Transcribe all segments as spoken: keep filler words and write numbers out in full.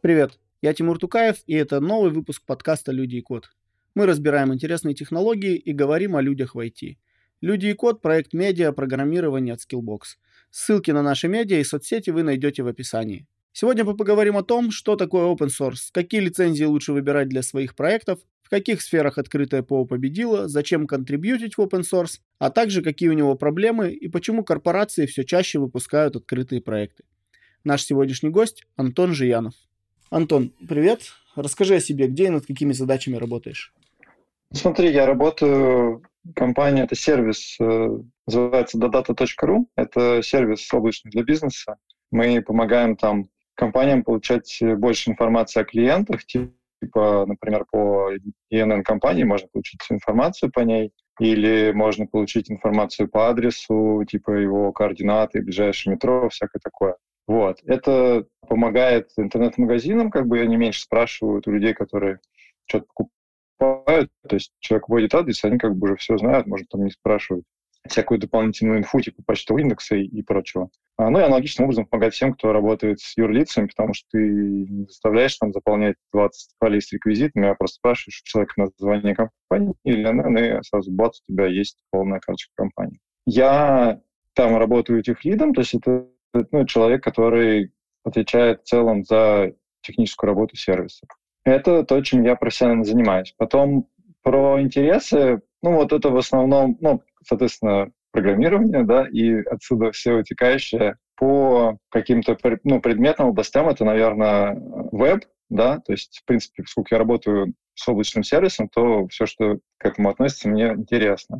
Привет, я Тимур Тукаев, и это новый выпуск подкаста «Люди и код». Мы разбираем интересные технологии и говорим о людях в ай ти. «Люди и код» — проект медиа программирования от Skillbox. Ссылки на наши медиа и соцсети вы найдете в описании. Сегодня мы поговорим о том, что такое open source, какие лицензии лучше выбирать для своих проектов, в каких сферах открытое ПО победило, зачем контрибьютить в open source, а также какие у него проблемы и почему корпорации все чаще выпускают открытые проекты. Наш сегодняшний гость — Антон Жиянов. Антон, привет. Расскажи о себе, где и над какими задачами работаешь. Смотри, я работаю, компания, это сервис, называется додата точка ру, это сервис облачный для бизнеса. Мы помогаем там компаниям получать больше информации о клиентах, типа, например, по и эн эн-компании можно получить информацию по ней, или можно получить информацию по адресу, типа его координаты, ближайшее метро, всякое такое. Вот. Это помогает интернет-магазинам, как бы они меньше спрашивают у людей, которые что-то покупают. То есть человек вводит адрес, они как бы уже все знают, может там не спрашивать всякую дополнительную инфу, типа почтового индекса и, и прочего. А, ну и аналогичным образом помогать всем, кто работает с юрлицами, потому что ты не заставляешь там заполнять двадцать полей с реквизитами, а просто спрашиваешь у человека название компании или эн эн, и сразу бац, у тебя есть полная карточка компании. Я там работаю техлидом, то есть это ну, человек, который отвечает в целом за техническую работу сервиса. Это то, чем я профессионально занимаюсь. Потом про интересы, ну вот это в основном, ну, соответственно, программирование, да, и отсюда все вытекающее по каким-то ну, предметным областям, это, наверное, веб, да, то есть, в принципе, поскольку я работаю с облачным сервисом, то все, что к этому относится, мне интересно.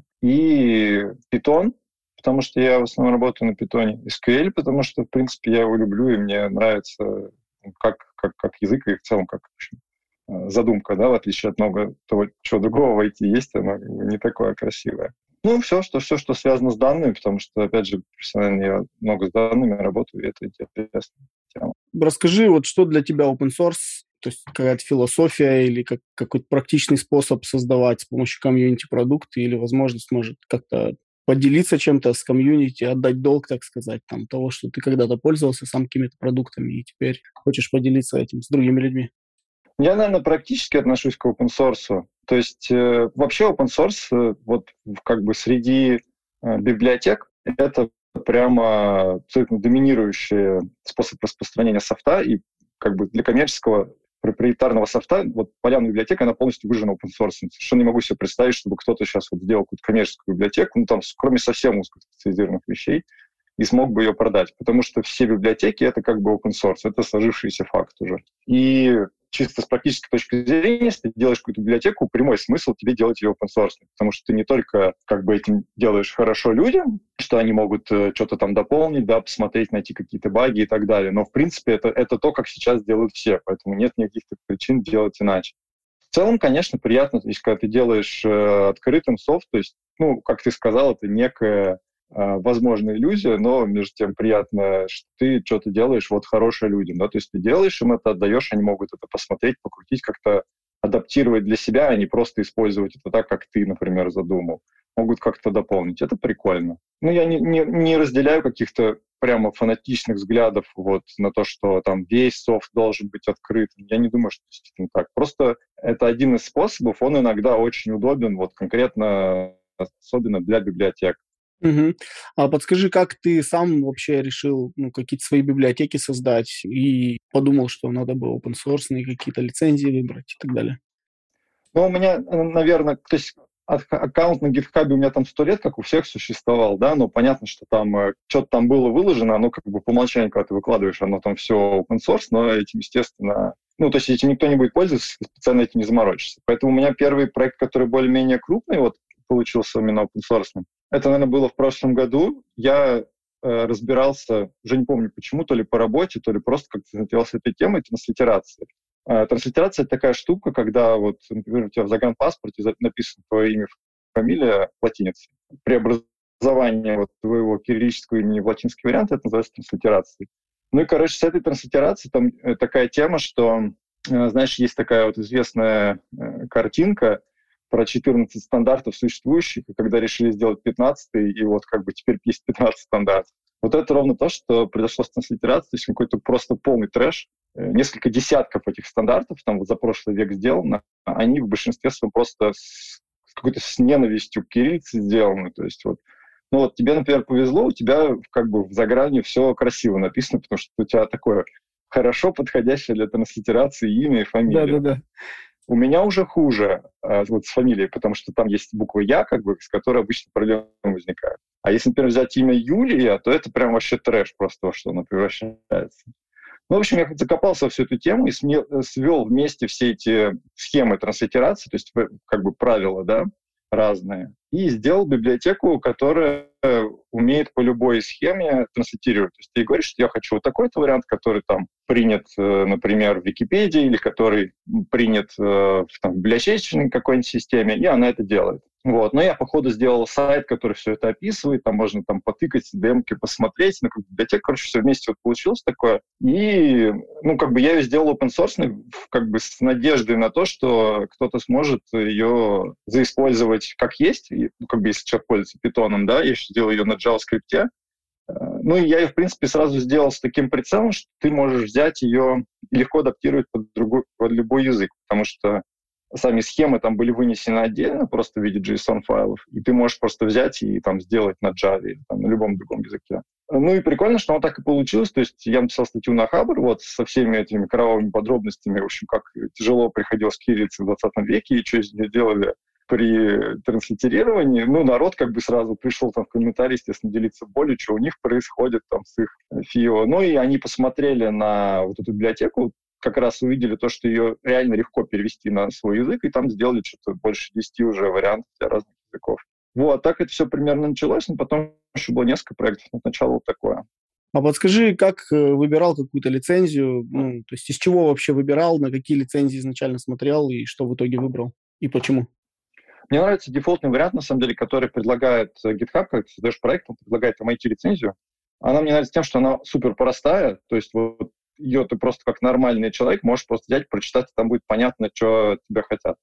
И Python, потому что я в основном работаю на питоне, эс кью эль, потому что, в принципе, я его люблю, и мне нравится как, как, как язык, и в целом как в общем, задумка, да, в отличие от много того, чего другого в ай ти есть, она не такое красивое. Ну, все, что, все, что связано с данными, потому что, опять же, профессионально я много с данными работаю, и это интересная тема. Расскажи, вот что для тебя open source, то есть какая-то философия или как, какой-то практичный способ создавать с помощью комьюнити продукты или возможность, может, как-то поделиться чем-то с комьюнити, отдать долг, так сказать, там, того, что ты когда-то пользовался сам какими-то продуктами и теперь хочешь поделиться этим с другими людьми. Я, наверное, практически отношусь к open source. То есть э, вообще open source э, вот как бы среди э, библиотек это прямо абсолютно доминирующий способ распространения софта, и как бы для коммерческого проприетарного софта вот полярная библиотека, она полностью выжжена open source. Совершенно не могу себе представить, чтобы кто-то сейчас вот сделал какую-то коммерческую библиотеку, ну там кроме совсем узкоспециализированных вещей, и смог бы ее продать. Потому что все библиотеки — это как бы open source, это сложившийся факт уже. И чисто с практической точки зрения, если ты делаешь какую-то библиотеку, прямой смысл тебе делать ее open source, потому что ты не только как бы этим делаешь хорошо людям, что они могут э, что-то там дополнить, да, посмотреть, найти какие-то баги и так далее, но в принципе это, это то, как сейчас делают все, поэтому нет никаких причин делать иначе. В целом, конечно, приятно, то есть, когда ты делаешь э, открытым софт, то есть, ну, как ты сказал, это некая возможная иллюзия, но между тем приятно, что ты что-то делаешь вот хорошее людям, да, то есть ты делаешь им это, отдаешь, они могут это посмотреть, покрутить, как-то адаптировать для себя, а не просто использовать это так, как ты, например, задумал. Могут как-то дополнить. Это прикольно. Ну, я не, не, не разделяю каких-то прямо фанатичных взглядов вот на то, что там весь софт должен быть открытым. Я не думаю, что действительно так. Просто это один из способов, он иногда очень удобен, вот конкретно, особенно для библиотек. Угу. А подскажи, как ты сам вообще решил ну, какие-то свои библиотеки создать и подумал, что надо бы open source, какие-то лицензии выбрать и так далее? Ну, у меня, наверное, то есть аккаунт на GitHub у меня там сто лет, как у всех, существовал, да, но понятно, что там э, что-то там было выложено, оно как бы по умолчанию, когда ты выкладываешь, оно там все open source, но этим, естественно, ну, то есть этим никто не будет пользоваться, специально этим не заморочишься. Поэтому у меня первый проект, который более-менее крупный, вот, получился именно open source. Это, наверное, было в прошлом году. Я э, разбирался, уже не помню почему, то ли по работе, то ли просто как-то занялся этой темой, транслитерации. Э, транслитерация — это такая штука, когда, вот, например, у тебя в загранпаспорте написано твое имя, фамилия латиницей. Преобразование вот твоего кириллического имени в латинский вариант — это называется транслитерацией. Ну и, короче, с этой транслитерацией там э, такая тема, что, э, знаешь, есть такая вот известная э, картинка про четырнадцать стандартов существующих, и когда решили сделать пятнадцатый, и вот как бы теперь есть пятнадцать стандартов. Вот это ровно то, что произошло с транслитерацией, то есть какой-то просто полный трэш. несколько десятков этих стандартов, там вот за прошлый век сделано, они в большинстве своем просто с, с какой-то с ненавистью к кириллице сделаны. То есть вот, ну вот тебе, например, повезло, у тебя как бы в загране все красиво написано, потому что у тебя такое хорошо подходящее для транслитерации имя и фамилия. Да-да-да. У меня уже хуже а, вот с фамилией, потому что там есть буква «Я», как бы, с которой обычно проблемы возникают. А если, например, взять имя Юлия, то это прям вообще трэш просто, во что оно превращается. Ну, в общем, я закопался во всю эту тему и сме- свел вместе все эти схемы транслитерации, то есть как бы правила, да, разные, и сделал библиотеку, которая умеет по любой схеме транслитировать. То есть ты говоришь, что я хочу вот такой-то вариант, который там принят, например, в Википедии или который принят в там, библиотечной какой-нибудь системе, и она это делает. Вот. Но я, по ходу, сделал сайт, который все это описывает, там можно там потыкать, демки посмотреть, ну, как библиотека, короче, все вместе вот получилось такое. И, ну, как бы я ее сделал open-source, как бы с надеждой на то, что кто-то сможет ее заиспользовать как есть, и, ну, как бы если человек пользуется питоном, да, я еще сделал ее на JavaScript. Ну, и я ее, в принципе, сразу сделал с таким прицелом, что ты можешь взять ее и легко адаптировать под, другой, под любой язык, потому что сами схемы там были вынесены отдельно, просто в виде JSON-файлов, и ты можешь просто взять и там сделать на Java или там, на любом другом языке. Ну и прикольно, что оно так и получилось. То есть я написал статью на Хабр вот со всеми этими кровавыми подробностями, в общем, как тяжело приходилось кириллице в двадцатом веке, и что из нее делали при транслитерировании. Ну, народ как бы сразу пришел там в комментарии, естественно, делиться болью, что у них происходит там с их фио. Ну и они посмотрели на вот эту библиотеку, как раз увидели то, что ее реально легко перевести на свой язык, и там сделали что-то больше десяти уже вариантов для разных языков. Вот, так это все примерно началось, но потом еще было несколько проектов, но сначала вот такое. А подскажи, как выбирал какую-то лицензию, ну, то есть из чего вообще выбирал, на какие лицензии изначально смотрел и что в итоге выбрал, и почему? Мне нравится дефолтный вариант, на самом деле, который предлагает GitHub, когда ты создаешь проект, он предлагает эм ай ти-лицензию. Она мне нравится тем, что она супер простая, то есть вот ее ты просто как нормальный человек можешь просто взять, прочитать, и там будет понятно, что от тебя хотят.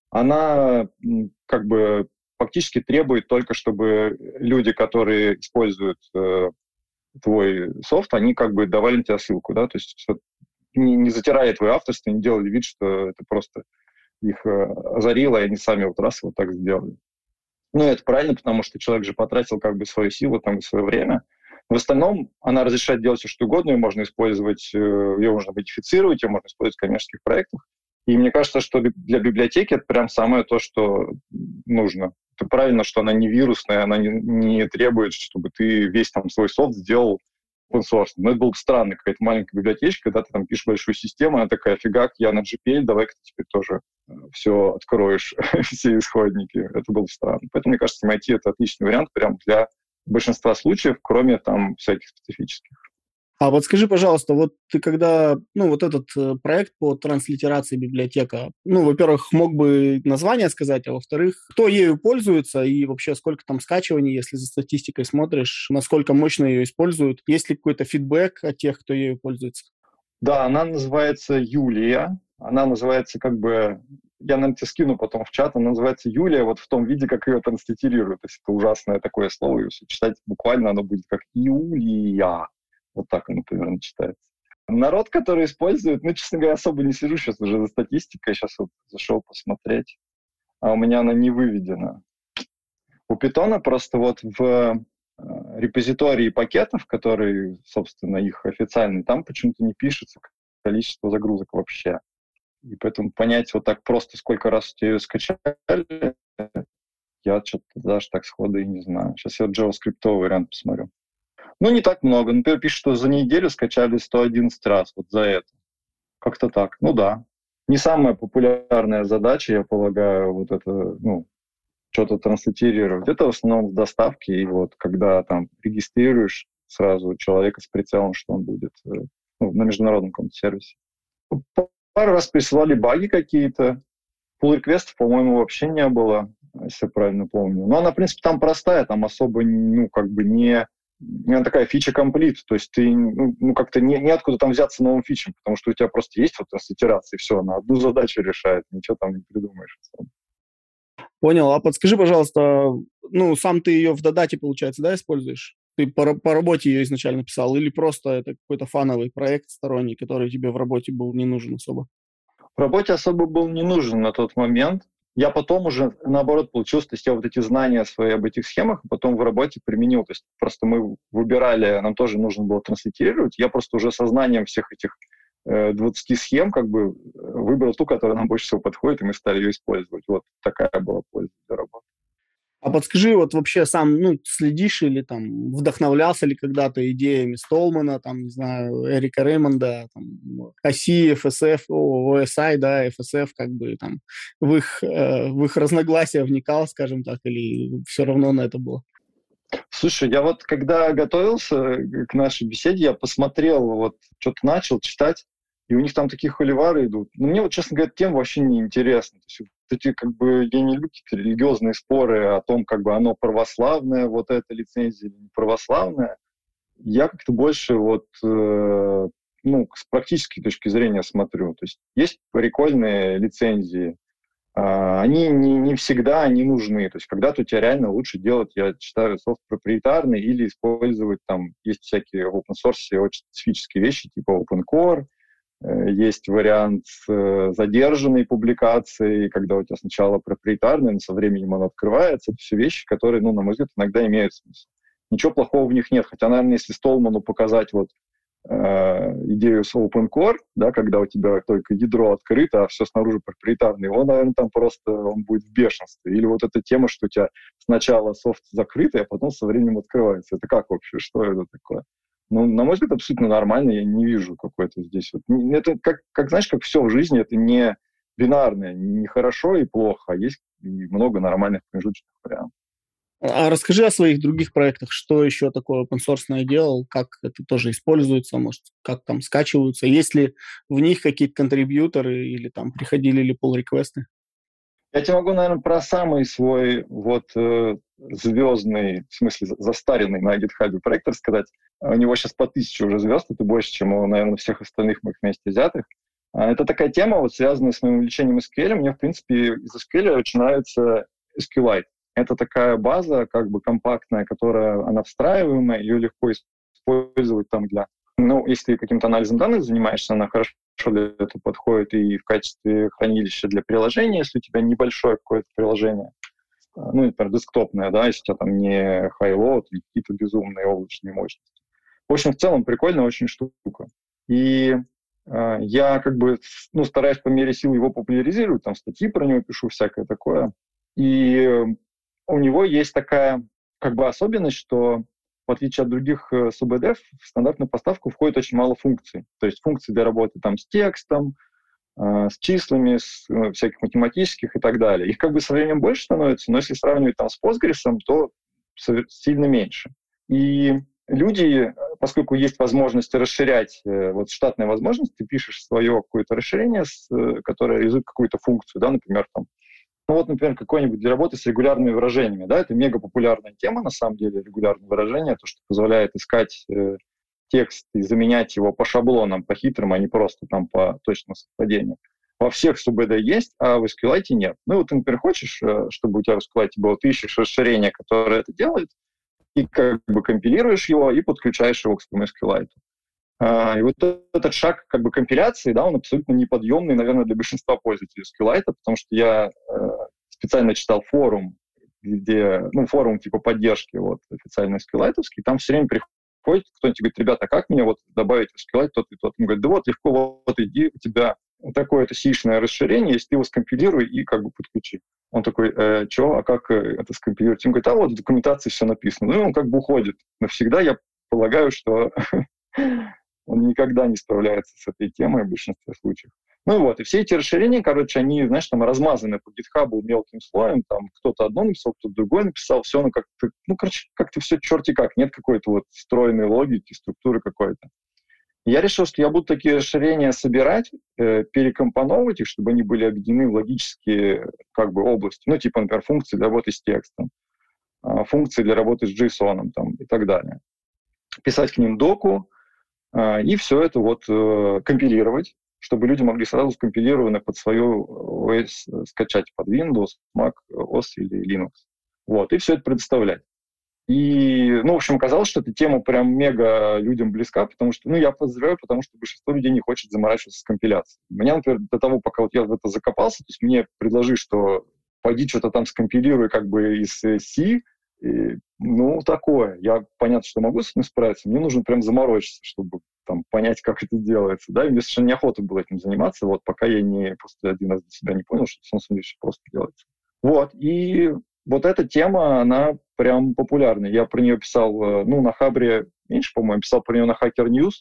Она как бы фактически требует только, чтобы люди, которые используют э, твой софт, они как бы давали тебе ссылку, да, то есть не, не затирая твое авторство, не делали вид, что это просто их э, озарило, и они сами вот раз вот так сделали. Ну, это правильно, потому что человек же потратил как бы свою силу, там, свое время. В остальном она разрешает делать все, что угодно, ее можно использовать, ее можно модифицировать, ее можно использовать в коммерческих проектах. И мне кажется, что для библиотеки это прям самое то, что нужно. Это правильно, что она не вирусная, она не, не требует, чтобы ты весь там свой софт сделал open source. Но это было бы странно, какая-то маленькая библиотечка, когда ты там пишешь большую систему, она такая, фигак, я на джи пи эл, давай-ка ты теперь тоже все откроешь, все исходники. Это было бы странно. Поэтому, мне кажется, эм ай ти — это отличный вариант прям для большинства случаев, кроме там всяких специфических. А вот скажи, пожалуйста, вот ты когда, ну, вот этот э, проект по транслитерации библиотека, ну, во-первых, мог бы название сказать, а во-вторых, кто ею пользуется и вообще сколько там скачиваний, если за статистикой смотришь, насколько мощно ее используют, есть ли какой-то фидбэк от тех, кто ею пользуется? Да, она называется Юлия, она называется как бы, я, наверное, тебе скину потом в чат, она называется Юлия вот в том виде, как ее транслитерируют, то есть это ужасное такое слово, если читать буквально, оно будет как Юлия. Вот так оно примерно читается. Народ, который использует, ну, честно говоря, особо не сижу сейчас уже за статистикой, сейчас вот зашел посмотреть, а у меня она не выведена. У Python просто вот в э, репозитории пакетов, которые, собственно, их официальный, там почему-то не пишется количество загрузок вообще. И поэтому понять вот так просто, сколько раз тебе ее скачали, я что-то даже так сходу и не знаю. Сейчас я JavaScript вариант посмотрю. Ну, не так много. Например, пишет, что за неделю скачали сто одиннадцать раз вот за это. Как-то так. Ну да. Не самая популярная задача, я полагаю, вот это, ну, что-то транслитерировать. Это в основном в доставке. И вот когда там регистрируешь сразу человека с прицелом, что он будет ну, на международном каком-то сервисе. Пару раз присылали баги какие-то. Pull-реквестов, по-моему, вообще не было, если я правильно помню. Но она, в принципе, там простая, там особо, ну, как бы не... Она такая фича-комплит, то есть ты, ну, ну как-то не, неоткуда там взяться новым фичем, потому что у тебя просто есть вот транслитерация, и все, она одну задачу решает, ничего там не придумаешь. Понял. А подскажи, пожалуйста, ну, сам ты ее в Додате, получается, да, используешь? Ты по, по работе ее изначально писал или просто это какой-то фановый проект сторонний, который тебе в работе был не нужен особо? В работе особо был не нужен на тот момент. Я потом уже, наоборот, получился, то есть я вот эти знания свои об этих схемах потом в работе применил. То есть просто мы выбирали, нам тоже нужно было транслитерировать. Я просто уже сознанием всех этих э, двадцати схем как бы выбрал ту, которая нам больше всего подходит, и мы стали ее использовать. Вот такая была польза для работы. А подскажи, вот вообще сам, ну, следишь или там вдохновлялся ли когда-то идеями Столмана, там, не знаю, Эрика Реймонда, там, Оси, эф эс эф, о эс ай, да, эф эс эф, как бы там в их, э, в их разногласия вникал, скажем так, или все равно на это было? Слушай, я вот когда готовился к нашей беседе, я посмотрел, вот что-то начал читать, и у них там такие холивары идут. Но мне вот, честно говоря, тема вообще не интересна. То есть вот эти, как бы, я не люблю какие-то религиозные споры о том, как бы оно православное, вот эта лицензия или не православная. Я как-то больше вот, э, ну, с практической точки зрения смотрю. То есть есть прикольные лицензии, а, они не, не всегда они нужны. То есть когда-то у тебя реально лучше делать, я считаю, софт проприетарный или использовать там, есть всякие в open source очень специфические вещи, типа OpenCore, э, есть вариант э, задержанной публикации, когда у тебя сначала проприетарный, но со временем оно открывается. Это все вещи, которые, ну, на мой взгляд, иногда имеют смысл. Ничего плохого в них нет. Хотя, наверное, если Столману показать вот идею с Open Core, да, когда у тебя только ядро открыто, а все снаружи проприетарное, он, наверное, там просто он будет в бешенстве. Или вот эта тема, что у тебя сначала софт закрытый, а потом со временем открывается. Это как вообще? Что это такое? Ну, на мой взгляд, абсолютно нормально. Я не вижу какой-то здесь вот. Это как, как, знаешь, как все в жизни, это не бинарное, не хорошо и плохо, а есть и много нормальных промежуточных вариантов. А расскажи о своих других проектах, что еще такое open source делал, как это тоже используется, может, как там скачиваются, есть ли в них какие-то контрибьюторы или там приходили ли pull-реквесты? Я тебе могу, наверное, про самый свой вот э, звездный, в смысле застаренный на GitHub проект рассказать. У него сейчас по тысяче уже звезд, это больше, чем у, наверное, всех остальных моих вместе взятых. Это такая тема, вот, связанная с моим увлечением эс кью эль. Мне, в принципе, из эс кью эль очень нравится SQLite. Это такая база, как бы компактная, которая, она встраиваемая, ее легко использовать там для... Ну, если ты каким-то анализом данных занимаешься, она хорошо для этого подходит и в качестве хранилища для приложения, если у тебя небольшое какое-то приложение, ну, например, десктопное, да, если у тебя там не high-load, не какие-то безумные облачные мощности. В общем, в целом, прикольная очень штука. И э, я как бы, ну, стараюсь по мере сил его популяризировать, там статьи про него пишу, всякое такое. И у него есть такая как бы особенность, что в отличие от других э, СУБД, в стандартную поставку входит очень мало функций. То есть функции для работы там с текстом, э, с числами, с э, всяких математических и так далее. Их как бы со временем больше становится, но если сравнивать там с Postgres, то сильно меньше. И люди, поскольку есть возможность расширять, э, вот штатная возможность, ты пишешь свое какое-то расширение, с, э, которое реализует какую-то функцию, да, например, там, ну вот, например, какой-нибудь для работы с регулярными выражениями, да, это мега популярная тема, на самом деле, регулярные выражения, то, что позволяет искать э, текст и заменять его по шаблонам, по хитрым, а не просто там по точному совпадению. Во всех СУБД есть, а в SQLite нет. Ну вот ты, например, хочешь, чтобы у тебя в SQLite было, ты ищешь расширение, которое это делает, и как бы компилируешь его, и подключаешь его к своему SQLite. Uh, и вот этот шаг как бы компиляции, да, он абсолютно неподъемный, наверное, для большинства пользователей SQLite, потому что я uh, специально читал форум, где, ну, форум типа поддержки вот, официальный SQLite-овский, там все время приходит кто-нибудь и говорит: ребята, как мне вот добавить в SQLite тот и тот? Он говорит: да вот, легко, вот иди, у тебя такое-то сишное расширение, если ты его скомпилируй и как бы подключи. Он такой: э, что, а как это скомпилировать? Он говорит: а вот в документации все написано. Ну, и он как бы уходит. Навсегда я полагаю, что он никогда не справляется с этой темой в большинстве случаев. Ну вот, и все эти расширения, короче, они, знаешь, там размазаны по GitHub мелким слоем, там кто-то одно написал, кто-то другое написал, все, ну как-то, ну, короче, как-то все черти как, нет какой-то вот стройной логики, структуры какой-то. И я решил, что я буду такие расширения собирать, э, перекомпоновывать их, чтобы они были объединены в логические как бы области, ну, типа, например, функции для работы с текстом, э, функции для работы с JSON там, и так далее. Писать к ним доку, и все это вот э, компилировать, чтобы люди могли сразу скомпилированно под свою о эс скачать под Windows, Mac о эс или Linux. Вот, и все это предоставлять. И, ну, в общем, оказалось, что эта тема прям мега людям близка, потому что, ну, я подозреваю, потому что большинство людей не хочет заморачиваться с компиляцией. Мне, например, до того, пока вот я в это закопался, то есть мне предложили, что пойди что-то там скомпилируй как бы из C, и, ну, такое. Я, понятно, что могу с этим справиться, мне нужно прям заморочиться, чтобы там понять, как это делается, да, и мне совершенно неохота было этим заниматься, вот, пока я не, просто один раз для себя не понял, что это, на самом деле, просто делается. Вот, и вот эта тема, она прям популярная. Я про нее писал, ну, на Хабре меньше, по-моему, писал про нее на Hacker News,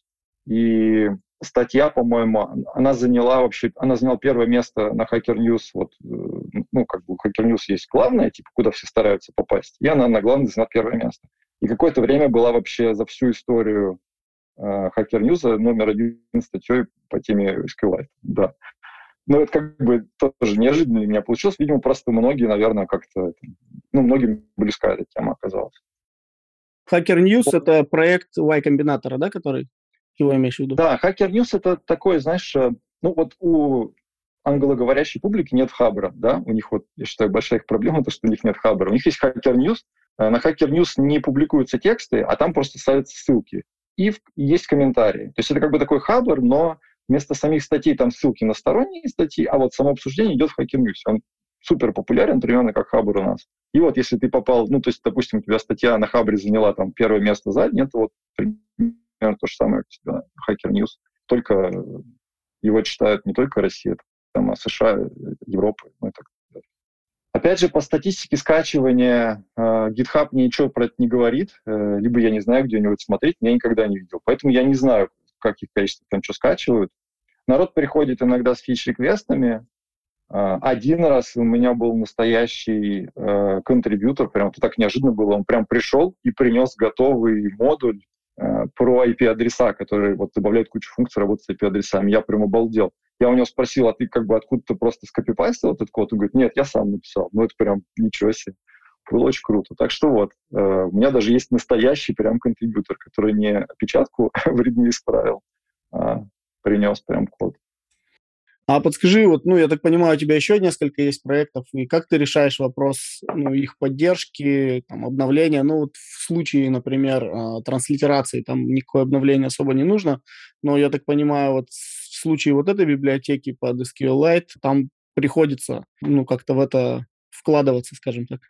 и статья, по-моему, она заняла вообще, она заняла первое место на Hacker News, вот, ну, как бы у Hacker News есть главное, типа, куда все стараются попасть, и она на главное заняла первое место. И какое-то время была вообще за всю историю э, Hacker News номер один статьей по теме SQLite, да. Но это как бы тоже неожиданно для меня получилось. Видимо, просто многие, наверное, как-то... Ну, многим близка эта тема оказалась. Hacker News — это проект Y-комбинатора, да, который его имеешь в виду? Да, Hacker News — это такое, знаешь, ну вот у англоговорящей публики нет хабра, да, у них вот, я считаю, большая их проблема, то, что у них нет хабра. У них есть Hacker News, на Hacker News не публикуются тексты, а там просто ставятся ссылки. И есть комментарии. То есть это как бы такой хабр, но вместо самих статей там ссылки на сторонние статьи, а вот само обсуждение идет в Hacker News. Он супер популярен, примерно как хабр у нас. И вот если ты попал, ну, то есть, допустим, у тебя статья на хабре заняла там первое место заднее, то вот примерно то же самое, как всегда, Hacker News. Только его читают не только Россия, там, а США, Европа, ну и так далее. Опять же, по статистике скачивания э, GitHub ничего про это не говорит, э, либо я не знаю, где у него это смотреть, я никогда не видел. Поэтому я не знаю, в каких количествах там что скачивают. Народ приходит иногда с фич-реквестами. Э, один раз у меня был настоящий э, контрибьютор, прям это так неожиданно было, он прям пришел и принес готовый модуль э, про ай пи-адреса, который вот добавляет кучу функций работы с ай пи-адресами. Я прям обалдел. Я у него спросил, а ты как бы откуда-то просто скопипастил этот код? Он говорит, нет, я сам написал. Ну, это прям ничего себе. Было очень круто. Так что вот, э, у меня даже есть настоящий прям контрибьютор, который не опечатку в README исправил, а принес прям код. А подскажи, вот, ну, я так понимаю, у тебя еще несколько есть проектов, и как ты решаешь вопрос, ну, их поддержки, там, обновления? Ну, вот в случае, например, транслитерации, там никакое обновление особо не нужно, но я так понимаю, вот в случае вот этой библиотеки под SQLite, там приходится, ну, как-то в это вкладываться, скажем так.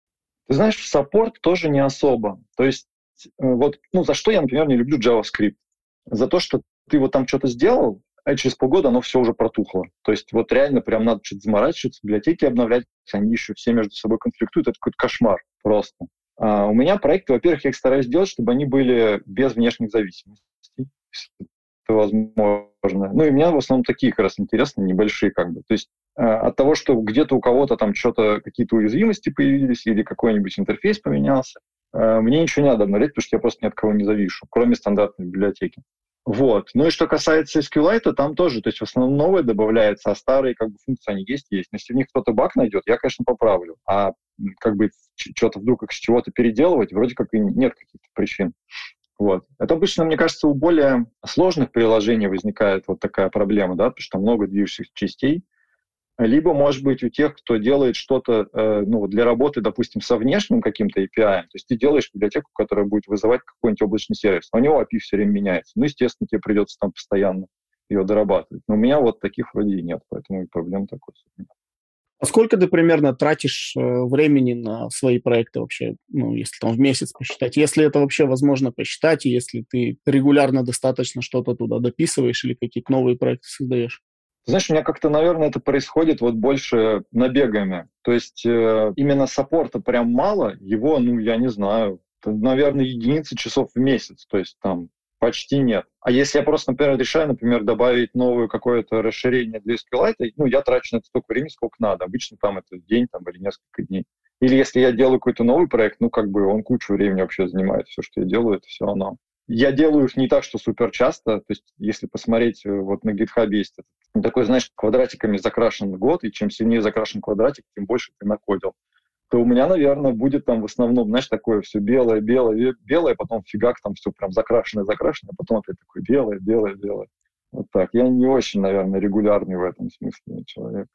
Ты знаешь, в саппорт тоже не особо. То есть, вот, ну, за что я, например, не люблю JavaScript? За то, что ты вот там что-то сделал, а через полгода оно все уже протухло. То есть вот реально прям надо что-то заморачиваться, библиотеки обновлять, они еще все между собой конфликтуют, это какой-то кошмар просто. А у меня проекты, во-первых, я их стараюсь делать, чтобы они были без внешних зависимостей, если это возможно. Ну и у меня в основном такие как раз интересные, небольшие как бы. То есть от того, что где-то у кого-то там что-то, какие-то уязвимости появились или какой-нибудь интерфейс поменялся, мне ничего не надо обновлять, потому что я просто ни от кого не завишу, кроме стандартной библиотеки. Вот. Ну и что касается SQLite, там тоже, то есть в основном новое добавляется, а старые как бы функции, они есть, есть. Но если в них кто-то баг найдет, я, конечно, поправлю. А как бы что-то вдруг с чего-то переделывать, вроде как и нет каких-то причин. Вот. Это обычно, мне кажется, у более сложных приложений возникает вот такая проблема, да, потому что много движущихся частей. Либо, может быть, у тех, кто делает что-то э, ну, для работы, допустим, со внешним каким-то эй пи ай, то есть ты делаешь библиотеку, которая будет вызывать какой-нибудь облачный сервис, а у него эй пи ай все время меняется. Ну, естественно, тебе придется там постоянно ее дорабатывать. Но у меня вот таких вроде и нет, поэтому и проблем такой нет. А сколько ты примерно тратишь э, времени на свои проекты вообще, ну, если там в месяц посчитать? Если это вообще возможно посчитать, и если ты регулярно достаточно что-то туда дописываешь или какие-то новые проекты создаешь? Знаешь, у меня как-то, наверное, это происходит вот больше набегами. То есть э, именно саппорта прям мало, его, ну, я не знаю, наверное, единицы часов в месяц, то есть там почти нет. А если я просто, например, решаю, например, добавить новое какое-то расширение для SQLite, ну, я трачу на это столько времени, сколько надо. Обычно там это день там, или несколько дней. Или если я делаю какой-то новый проект, ну, как бы он кучу времени вообще занимает. Все, что я делаю, это все оно. Я делаю их не так, что супер часто. То есть, если посмотреть, вот на GitHub есть этот, такой, знаешь, квадратиками закрашен год, и чем сильнее закрашен квадратик, тем больше ты накодил. То у меня, наверное, будет там в основном, знаешь, такое все белое, белое, белое, потом фигак, там все прям закрашенное, закрашенное, потом опять такое белое, белое, белое. Вот так. Я не очень, наверное, регулярный в этом смысле человек.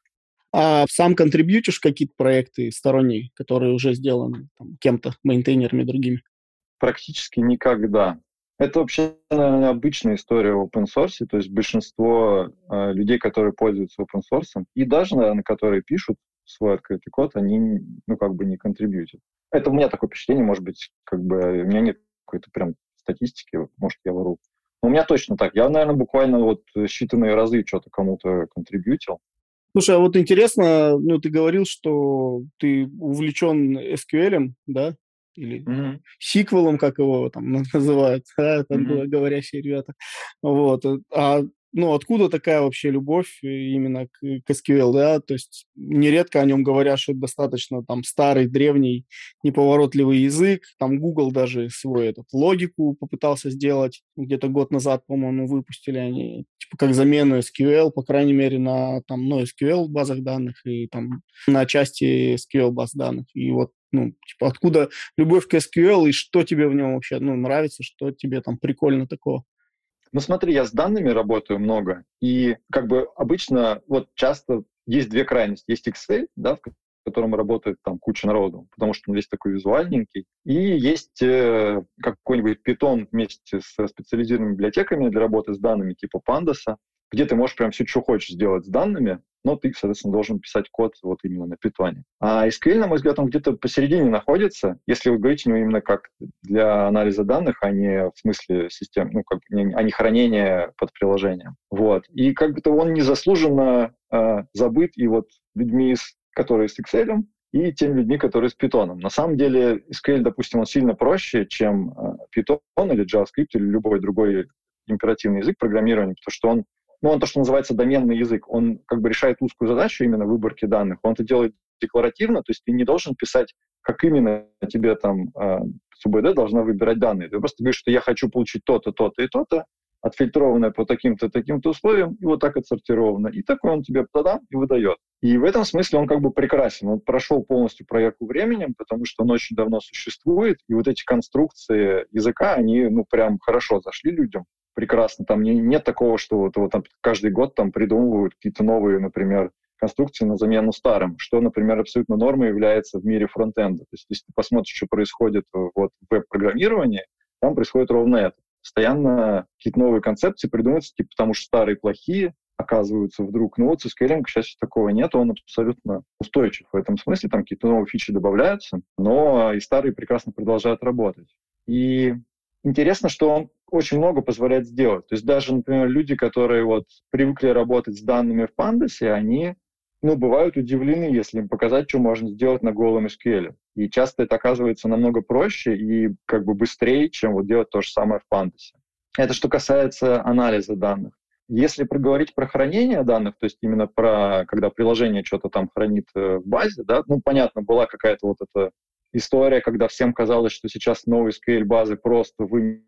А сам контрибьютишь какие-то проекты сторонние, которые уже сделаны там, кем-то, мейнтейнерами другими? Практически никогда. Это вообще, наверное, обычная история в open source, то есть большинство э, людей, которые пользуются open source, и даже, наверное, которые пишут свой открытый код, они, ну, как бы не контрибьютят. Это у меня такое впечатление, может быть, как бы у меня нет какой-то прям статистики, вот, может, я вру. Но у меня точно так. Я, наверное, буквально вот считанные разы что-то кому-то контрибьютил. Слушай, а вот интересно, ну, ты говорил, что ты увлечен эс кью эль, да? Или Mm-hmm. сиквелом, как его там называют, да, там Mm-hmm. говорящие ребята. Вот. А ну, откуда такая вообще любовь именно к, к эс кью эль, да? То есть нередко о нем говорят, что это достаточно там старый, древний, неповоротливый язык. Там Google даже свой этот логику попытался сделать. Где-то год назад, по-моему, выпустили они, типа, как замену эс кью эль, по крайней мере, на там, ну, эс кью эль базах данных и там на части эс кью эль баз данных. И вот, ну, типа, откуда любовь к эс кью эль и что тебе в нем вообще, ну, нравится, что тебе там прикольно такого? Ну смотри, я с данными работаю много, и как бы обычно вот часто есть две крайности. Есть Excel, да, в котором работает там куча народу, потому что он весь такой визуальненький, и есть э, какой-нибудь Python вместе с специализированными библиотеками для работы с данными типа Pandas, где ты можешь прям все, что хочешь сделать с данными, но ты, соответственно, должен писать код вот именно на Python. А эс кью эль, на мой взгляд, он где-то посередине находится, если вы говорите, ну, именно как для анализа данных, а не в смысле систем, ну, как, не, а не хранения под приложением. Вот. И как бы-то он незаслуженно э, забыт и вот людьми, которые с Excel, и теми людьми, которые с Python. На самом деле эс кью эль, допустим, он сильно проще, чем э, Python или JavaScript или любой другой императивный язык программирования, потому что он ну, он то, что называется доменный язык, он как бы решает узкую задачу именно выборки данных, он это делает декларативно, то есть ты не должен писать, как именно тебе там э, СУБД должна выбирать данные. Ты просто говоришь, что я хочу получить то-то, то-то и то-то, отфильтрованное по таким-то, таким-то условиям, и вот так отсортировано. И такой он тебе тогда и выдает. И в этом смысле он как бы прекрасен. Он прошел полностью проверку временем, потому что он очень давно существует, и вот эти конструкции языка, они, ну, прям хорошо зашли людям. Прекрасно. Там не, нет такого, что вот, вот там каждый год там придумывают какие-то новые, например, конструкции на замену старым, что, например, абсолютно нормой является в мире фронтенда. То есть если ты посмотришь, что происходит вот в веб-программировании, там происходит ровно это. Постоянно какие-то новые концепции придумываются, типа, потому что старые плохие, оказываются вдруг. Ну вот с эс кью эль, к счастью, такого нет, он абсолютно устойчив в этом смысле, там какие-то новые фичи добавляются, но и старые прекрасно продолжают работать. И интересно, что он очень много позволяет сделать. То есть даже, например, люди, которые вот привыкли работать с данными в Pandas, они, ну, бывают удивлены, если им показать, что можно сделать на голом эс кью эль. И часто это оказывается намного проще и как бы быстрее, чем вот делать то же самое в Pandas. Это что касается анализа данных. Если проговорить про хранение данных, то есть именно про, когда приложение что-то там хранит в базе, да, ну, понятно, была какая-то вот эта история, когда всем казалось, что сейчас новые эс кью эль-базы просто вынесут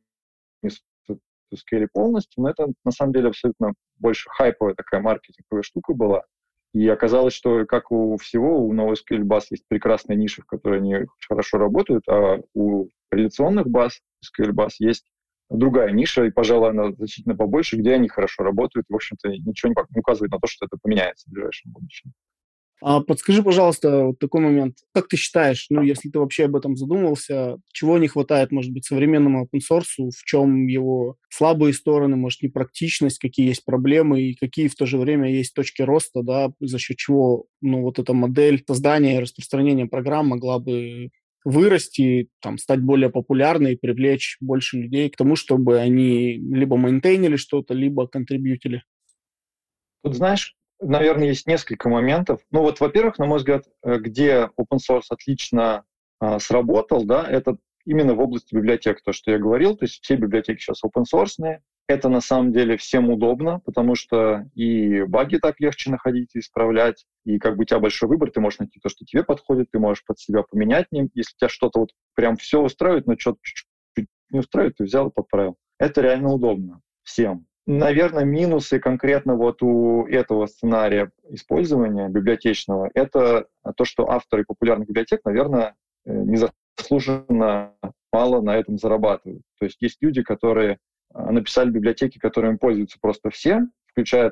эс кью эль полностью, но это на самом деле абсолютно больше хайповая такая маркетинговая штука была. И оказалось, что как у всего, у NoSQL баз есть прекрасные ниши, в которые они очень хорошо работают, а у реляционных баз, эс кью эль баз, есть другая ниша, и, пожалуй, она значительно побольше, где они хорошо работают. И, в общем-то, ничего не указывает на то, что это поменяется в ближайшем будущем. А подскажи, пожалуйста, вот такой момент. Как ты считаешь, ну, если ты вообще об этом задумывался, чего не хватает, может быть, современному open source, в чем его слабые стороны, может, непрактичность, какие есть проблемы и какие в то же время есть точки роста, да, за счет чего, ну, вот эта модель создания и распространения программ могла бы вырасти, там, стать более популярной и привлечь больше людей к тому, чтобы они либо мейнтейнили что-то, либо контрибьютили? Тут, знаешь, наверное, есть несколько моментов. Ну вот, во-первых, на мой взгляд, где open source отлично а, сработал, да, это именно в области библиотек, то, что я говорил, то есть все библиотеки сейчас open source. Это на самом деле всем удобно, потому что и баги так легче находить и исправлять, и как бы у тебя большой выбор, ты можешь найти то, что тебе подходит, ты можешь под себя поменять ним. Если тебя что-то вот прям все устраивает, но что-то чуть-чуть не устраивает, ты взял и подправил. Это реально удобно всем. Наверное, минусы конкретно вот у этого сценария использования библиотечного — это то, что авторы популярных библиотек, наверное, незаслуженно мало на этом зарабатывают. То есть есть люди, которые написали библиотеки, которыми пользуются просто все, включая там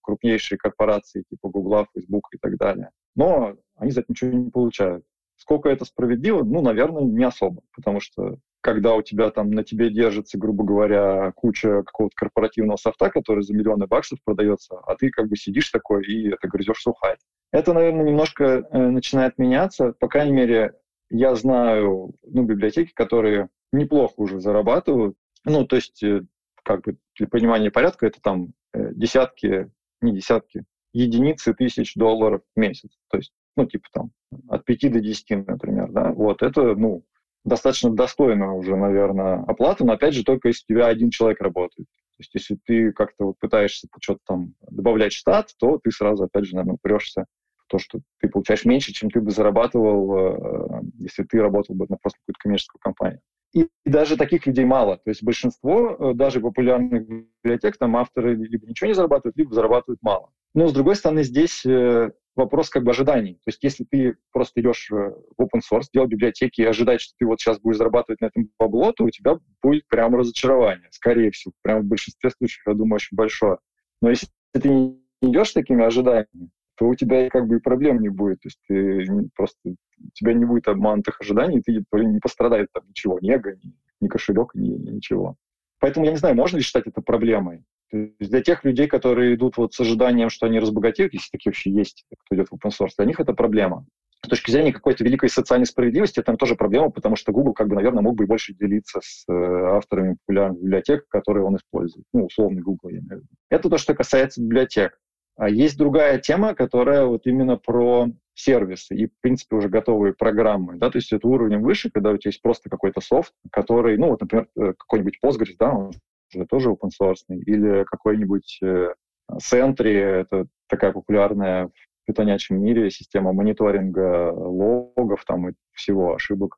крупнейшие корпорации типа Гугла, Фейсбука и так далее. Но они за это ничего не получают. Сколько это справедливо? Ну, наверное, не особо, потому что когда у тебя там на тебе держится, грубо говоря, куча какого-то корпоративного софта, который за миллионы баксов продается, а ты как бы сидишь такой и это грызешь сухарь. Это, наверное, немножко э, начинает меняться. По крайней мере, я знаю ну, библиотеки, которые неплохо уже зарабатывают. Ну, то есть, э, как бы для понимания порядка, это там э, десятки, не десятки, единицы тысяч долларов в месяц. То есть, ну, типа там от пяти до десяти, например, да. Вот это, ну, достаточно достойная уже, наверное, оплата, но, опять же, только если у тебя один человек работает. То есть, если ты как-то вот пытаешься что-то там добавлять в штат, то ты сразу, опять же, наверное, упрешься в то, что ты получаешь меньше, чем ты бы зарабатывал, если ты работал бы на просто какую-то коммерческую компанию. И, и даже таких людей мало. То есть большинство даже популярных библиотек, там авторы либо ничего не зарабатывают, либо зарабатывают мало. Но, с другой стороны, здесь вопрос как бы ожиданий. То есть если ты просто идешь в open source, делать библиотеки и ожидать, что ты вот сейчас будешь зарабатывать на этом бабло, то у тебя будет прямо разочарование. Скорее всего. Прямо в большинстве случаев, я думаю, очень большое. Но если ты не идешь с такими ожиданиями, то у тебя как бы и проблем не будет. То есть ты просто, у тебя не будет обманутых ожиданий, ты не пострадает там ничего, ни эго, ни, ни кошелек, ни, ничего. Поэтому я не знаю, можно ли считать это проблемой. То есть для тех людей, которые идут вот с ожиданием, что они разбогатеют, если такие вообще есть, кто идет в open source, для них это проблема. С точки зрения какой-то великой социальной справедливости, это тоже проблема, потому что Google, как бы, наверное, мог бы и больше делиться с э, авторами популярных библиотек, которые он использует. Ну, условный Google, я имею в виду. Это то, что касается библиотек. А есть другая тема, которая вот именно про сервисы и, в принципе, уже готовые программы. Да? То есть это уровнем выше, когда у тебя есть просто какой-то софт, который, ну, вот, например, какой-нибудь Postgres, да, он же тоже open source, или какой-нибудь э, Sentry, это такая популярная в питонячем мире система мониторинга логов там и всего, ошибок.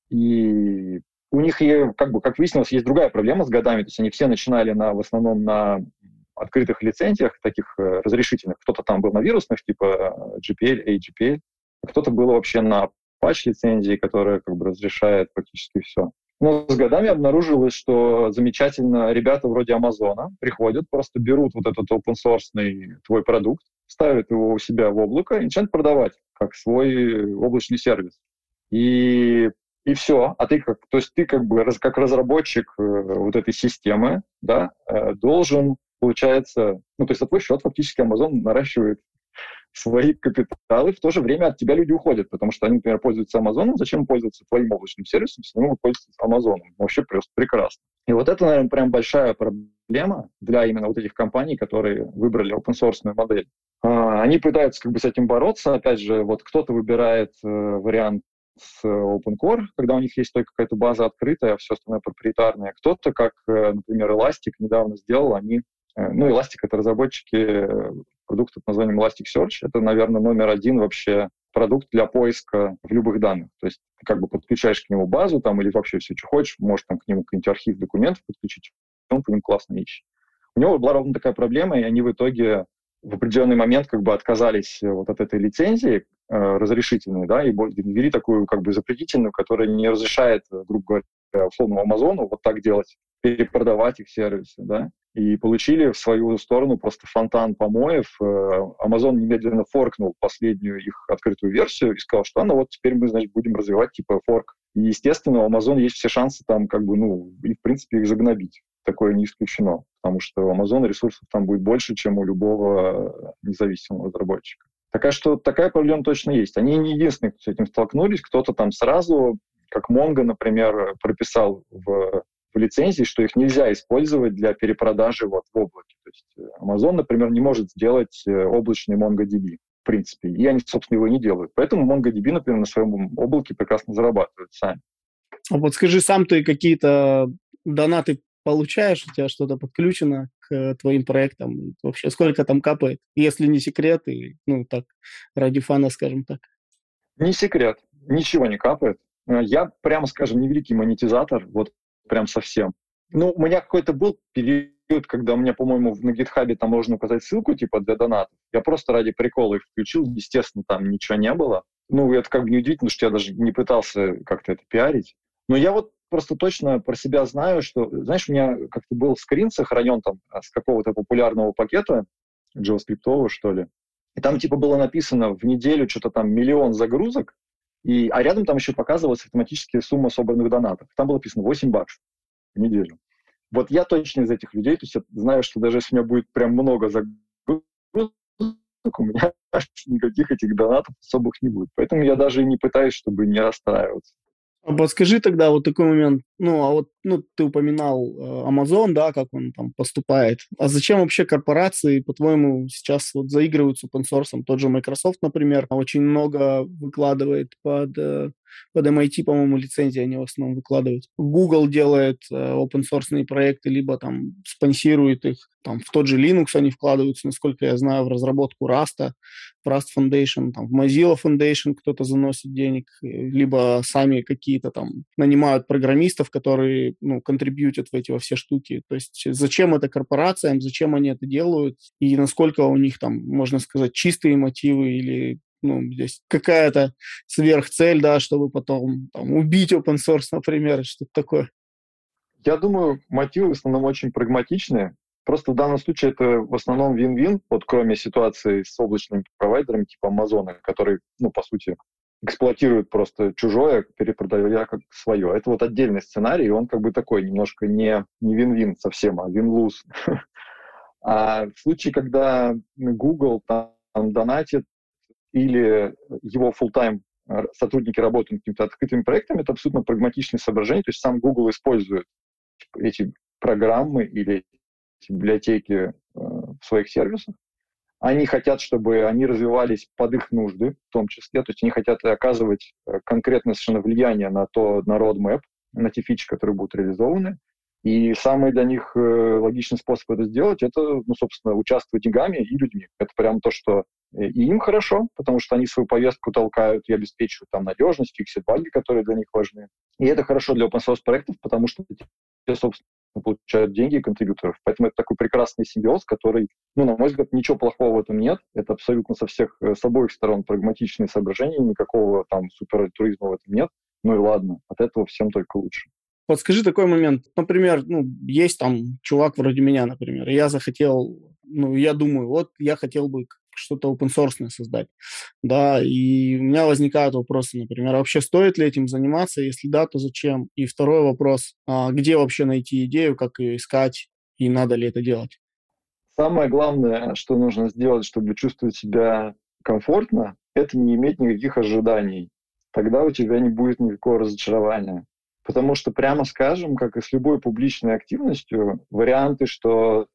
И у них, как бы, как выяснилось, есть другая проблема с годами. То есть они все начинали на, в основном на открытых лицензиях, таких э, разрешительных. Кто-то там был на вирусных, типа джи пи эл, эй джи пи эл, а кто-то был вообще на патч-лицензии, которая как бы разрешает практически все. Но с годами обнаружилось, что замечательно ребята вроде Амазона приходят, просто берут вот этот open-source твой продукт, ставят его у себя в облако и начинают продавать как свой облачный сервис. И, и все. А ты как, то есть ты как бы раз, как разработчик э, вот этой системы, да, э, должен, получается, ну то есть за твой счет фактически Amazon наращивает свои капиталы, в то же время от тебя люди уходят, потому что они, например, пользуются Амазоном, зачем пользоваться твоим облачным сервисом, если они могут пользоваться Амазоном? Вообще просто прекрасно. И вот это, наверное, прям большая проблема для именно вот этих компаний, которые выбрали open-source модель. А, они пытаются как бы с этим бороться. Опять же, вот кто-то выбирает э, вариант с Open Core, когда у них есть только какая-то база открытая, а все остальное проприетарное. Кто-то, как, э, например, Elastic недавно сделал, они Ну, Elastic — это разработчики продукта под названием Elasticsearch. Это, наверное, номер один вообще продукт для поиска в любых данных. То есть ты как бы подключаешь к нему базу там или вообще все, что хочешь, можешь там к нему какой-нибудь архив документов подключить, он по ним классно ищет. У него была ровно такая проблема, и они в итоге в определенный момент как бы отказались вот от этой лицензии э, разрешительной, да, и ввели такую как бы запретительную, которая не разрешает, грубо говоря, условному Амазону вот так делать, перепродавать их сервисы, да, и получили в свою сторону просто фонтан помоев. Amazon немедленно форкнул последнюю их открытую версию и сказал, что, а, ну вот теперь мы, значит, будем развивать типа форк. И, естественно, у Amazon есть все шансы там как бы, ну, и в принципе их загнобить. Такое не исключено, потому что у Amazon ресурсов там будет больше, чем у любого независимого разработчика. Такая, что, такая проблема точно есть. Они не единственные, кто с этим столкнулись. Кто-то там сразу, как Mongo, например, прописал в в лицензии, что их нельзя использовать для перепродажи вот в облаке. То есть Amazon, например, не может сделать облачный MongoDB, в принципе, и они, собственно, его не делают. Поэтому MongoDB, например, на своем облаке прекрасно зарабатывают сами. А вот скажи, сам ты какие-то донаты получаешь, у тебя что-то подключено к твоим проектам? Вообще, сколько там капает? Если не секрет, и, ну, так, ради фана, скажем так. Не секрет. Ничего не капает. Я, прямо скажем, не великий монетизатор, вот прям совсем. Ну, у меня какой-то был период, когда у меня, по-моему, на GitHub там можно указать ссылку, типа, для донатов. Я просто ради прикола их включил, естественно, там ничего не было. Ну, это как бы неудивительно, что я даже не пытался как-то это пиарить. Но я вот просто точно про себя знаю, что, знаешь, у меня как-то был скрин сохранен там с какого-то популярного пакета джаваскриптового, что ли. И там типа было написано в неделю что-то там миллион загрузок, и, а рядом там еще показывалась автоматически сумма собранных донатов. Там было написано восемь баксов в неделю. Вот я точно из этих людей, то есть я знаю, что даже если у меня будет прям много загрузок, у меня никаких этих донатов особых не будет. Поэтому я даже и не пытаюсь, чтобы не расстраиваться. А подскажи тогда вот такой момент. Ну, а вот ну, ты упоминал э, Amazon, да, как он там поступает. А зачем вообще корпорации, по-твоему, сейчас вот заигрывают с open source? Тот же Microsoft, например, очень много выкладывает под, э, под эм ай ти, по-моему, лицензии они в основном выкладывают. Google делает э, open source проекты, либо там спонсирует их. Там в тот же Linux они вкладываются, насколько я знаю, в разработку Rust, в Rust Foundation, там, в Mozilla Foundation кто-то заносит денег, либо сами какие-то там нанимают программистов, которые, ну, контрибьютят в эти во все штуки. То есть зачем это корпорациям, зачем они это делают, и насколько у них там, можно сказать, чистые мотивы или ну, здесь какая-то сверхцель, да, чтобы потом там, убить open source, например, что-то такое. Я думаю, мотивы в основном очень прагматичные. Просто в данном случае это в основном вин-вин, вот кроме ситуации с облачными провайдерами типа Амазона, которые, ну, по сути, эксплуатируют просто чужое, перепродавая как свое. Это вот отдельный сценарий, и он как бы такой немножко не, не вин-вин совсем, а вин-луз. А в случае, когда Google там донатит или его full-time сотрудники работают над какими-то открытыми проектами, это абсолютно прагматичные соображения. То есть сам Google использует эти программы или эти библиотеки э, в своих сервисах. Они хотят, чтобы они развивались под их нужды, в том числе. То есть они хотят оказывать конкретное совершенно влияние на то, на roadmap, на те фичи, которые будут реализованы. И самый для них э, логичный способ это сделать, это, ну, собственно, участвовать деньгами и людьми. Это прям то, что и им хорошо, потому что они свою повестку толкают и обеспечивают там надежность, фиксят баги, которые для них важны. И это хорошо для open-source проектов, потому что те, собственно, получают деньги контрибьюторов. Поэтому это такой прекрасный симбиоз, который, ну, на мой взгляд, ничего плохого в этом нет. Это абсолютно со всех, с обоих сторон прагматичные соображения, никакого там суперальтруизма в этом нет. Ну и ладно, от этого всем только лучше. Подскажи такой момент. Например, ну, есть там чувак вроде меня, например, и я захотел, ну, я думаю, вот я хотел бы что-то open-source создать, да, и у меня возникают вопросы, например, а вообще стоит ли этим заниматься, если да, то зачем? И второй вопрос, а где вообще найти идею, как ее искать, и надо ли это делать? Самое главное, что нужно сделать, чтобы чувствовать себя комфортно, это не иметь никаких ожиданий. Тогда у тебя не будет никакого разочарования. Потому что, прямо скажем, как и с любой публичной активностью, варианты, что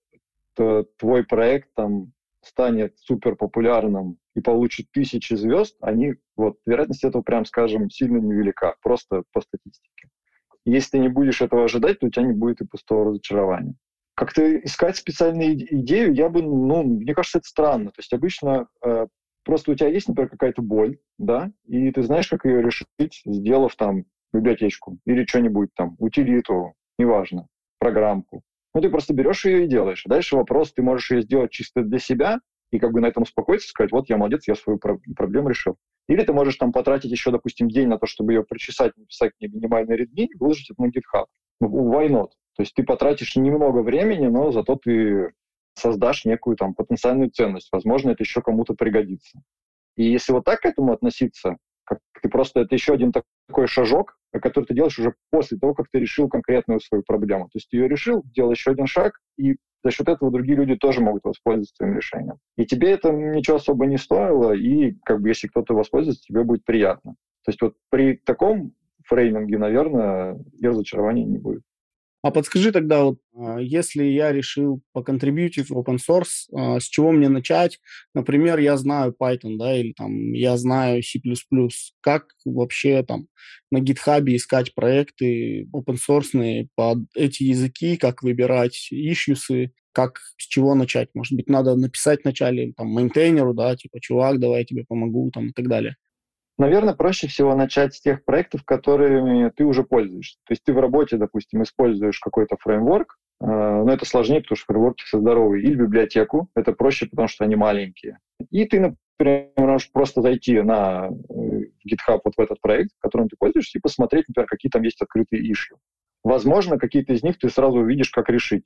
твой проект там станет супер популярным и получит тысячи звезд, они, вот, вероятность этого, прям скажем, сильно невелика, просто по статистике. Если ты не будешь этого ожидать, то у тебя не будет и пустого разочарования. Как-то искать специальную идею, я бы, ну, мне кажется, это странно. То есть обычно э, просто у тебя есть, например, какая-то боль, да, и ты знаешь, как ее решить, сделав там библиотечку или что-нибудь там, утилиту, неважно, программку. Ну, ты просто берешь ее и делаешь. Дальше вопрос, ты можешь ее сделать чисто для себя и как бы на этом успокоиться, сказать, вот я молодец, я свою про- проблему решил. Или ты можешь там потратить еще, допустим, день на то, чтобы ее прочесать, написать к ней минимальный редми и выложить это на GitHub. Why not? То есть ты потратишь немного времени, но зато ты создашь некую там потенциальную ценность. Возможно, это еще кому-то пригодится. И если вот так к этому относиться, как ты просто, это еще один такой шажок, который ты делаешь уже после того, как ты решил конкретную свою проблему. То есть ты ее решил, делал еще один шаг, и за счет этого другие люди тоже могут воспользоваться твоим решением. И тебе это ничего особо не стоило, и как бы если кто-то воспользуется, тебе будет приятно. То есть вот при таком фрейминге, наверное, и разочарования не будет. А подскажи тогда, вот, если я решил поконтрибьютить в open source, с чего мне начать? Например, я знаю Python, да, или там я знаю C++. Как вообще там на GitHub искать проекты open source под эти языки, как выбирать ишьюсы, как с чего начать? Может быть, надо написать вначале там мейнтейнеру, да, типа, чувак, давай я тебе помогу, там, и так далее. Наверное, проще всего начать с тех проектов, которыми ты уже пользуешься. То есть ты в работе, допустим, используешь какой-то фреймворк, э, но это сложнее, потому что фреймворки все здоровые, или библиотеку, это проще, потому что они маленькие. И ты, например, можешь просто зайти на GitHub вот в этот проект, которым ты пользуешься, и посмотреть, например, какие там есть открытые ишью. Возможно, какие-то из них ты сразу увидишь, как решить.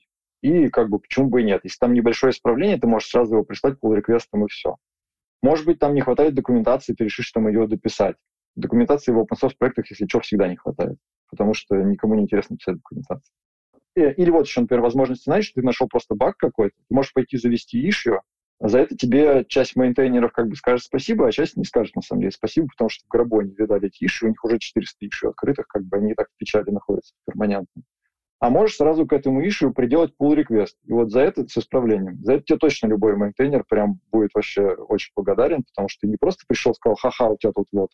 И как бы почему бы и нет. Если там небольшое исправление, ты можешь сразу его прислать pull реквестом и все. Может быть, там не хватает документации, ты решишь там ее дописать. Документации в open source проектах, если что, всегда не хватает, потому что никому не интересно писать документацию. Или вот еще, например, возможность, знаешь, ты нашел просто баг какой-то, ты можешь пойти завести issue, а за это тебе часть мейнтейнеров как бы скажет спасибо, а часть не скажет на самом деле спасибо, потому что в гробу они видали эти issue, у них уже четыреста issue открытых, как бы они так в печали находятся перманентно. А можешь сразу к этому issue приделать pull request. И вот за это с исправлением. За это тебе точно любой мейнтейнер прям будет вообще очень благодарен, потому что ты не просто пришел, сказал, ха-ха, у тебя тут вот,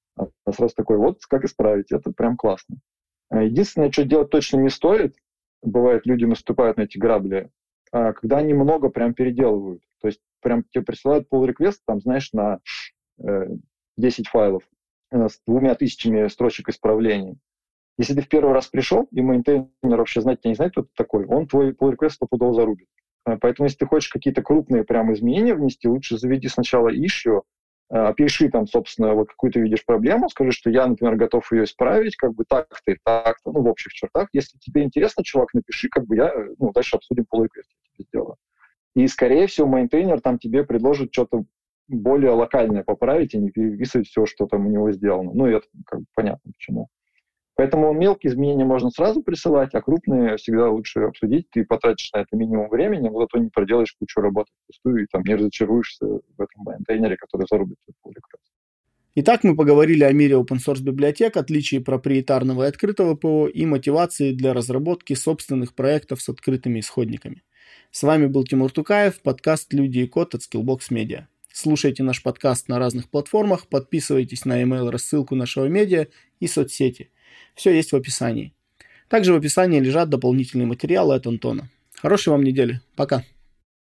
а сразу такой, вот как исправить, это прям классно. Единственное, что делать точно не стоит, бывает, люди наступают на эти грабли, когда они много прям переделывают. То есть прям тебе присылают pull request, там, знаешь, на э, десять файлов э, с двумя тысячами строчек исправлений. Если ты в первый раз пришел, и мейнтейнер вообще знать тебя не знает, кто ты такой, он твой pull request стопудово зарубит. Поэтому, если ты хочешь какие-то крупные прям изменения внести, лучше заведи сначала issue, опиши там, собственно, вот какую ты видишь проблему, скажи, что я, например, готов ее исправить, как бы так-то и так-то, ну, в общих чертах. Если тебе интересно, чувак, напиши, как бы я, ну, дальше обсудим pull request, я тебе сделаю. И, скорее всего, мейнтейнер там тебе предложит что-то более локальное поправить и не переписывать все, что там у него сделано. Ну, и это как бы понятно, почему. Поэтому мелкие изменения можно сразу присылать, а крупные всегда лучше обсудить. Ты потратишь на это минимум времени, но зато не проделаешь кучу работы впустую и там не разочаруешься в этом мейнтейнере, который зарубит твой pull request. Итак, мы поговорили о мире open-source библиотек, отличии проприетарного и открытого ПО и мотивации для разработки собственных проектов с открытыми исходниками. С вами был Тимур Тукаев, подкаст «Люди и код» от Skillbox Media. Слушайте наш подкаст на разных платформах, подписывайтесь на email-рассылку нашего медиа и соцсети. Все есть в описании. Также в описании лежат дополнительные материалы от Антона. Хорошей вам недели. Пока.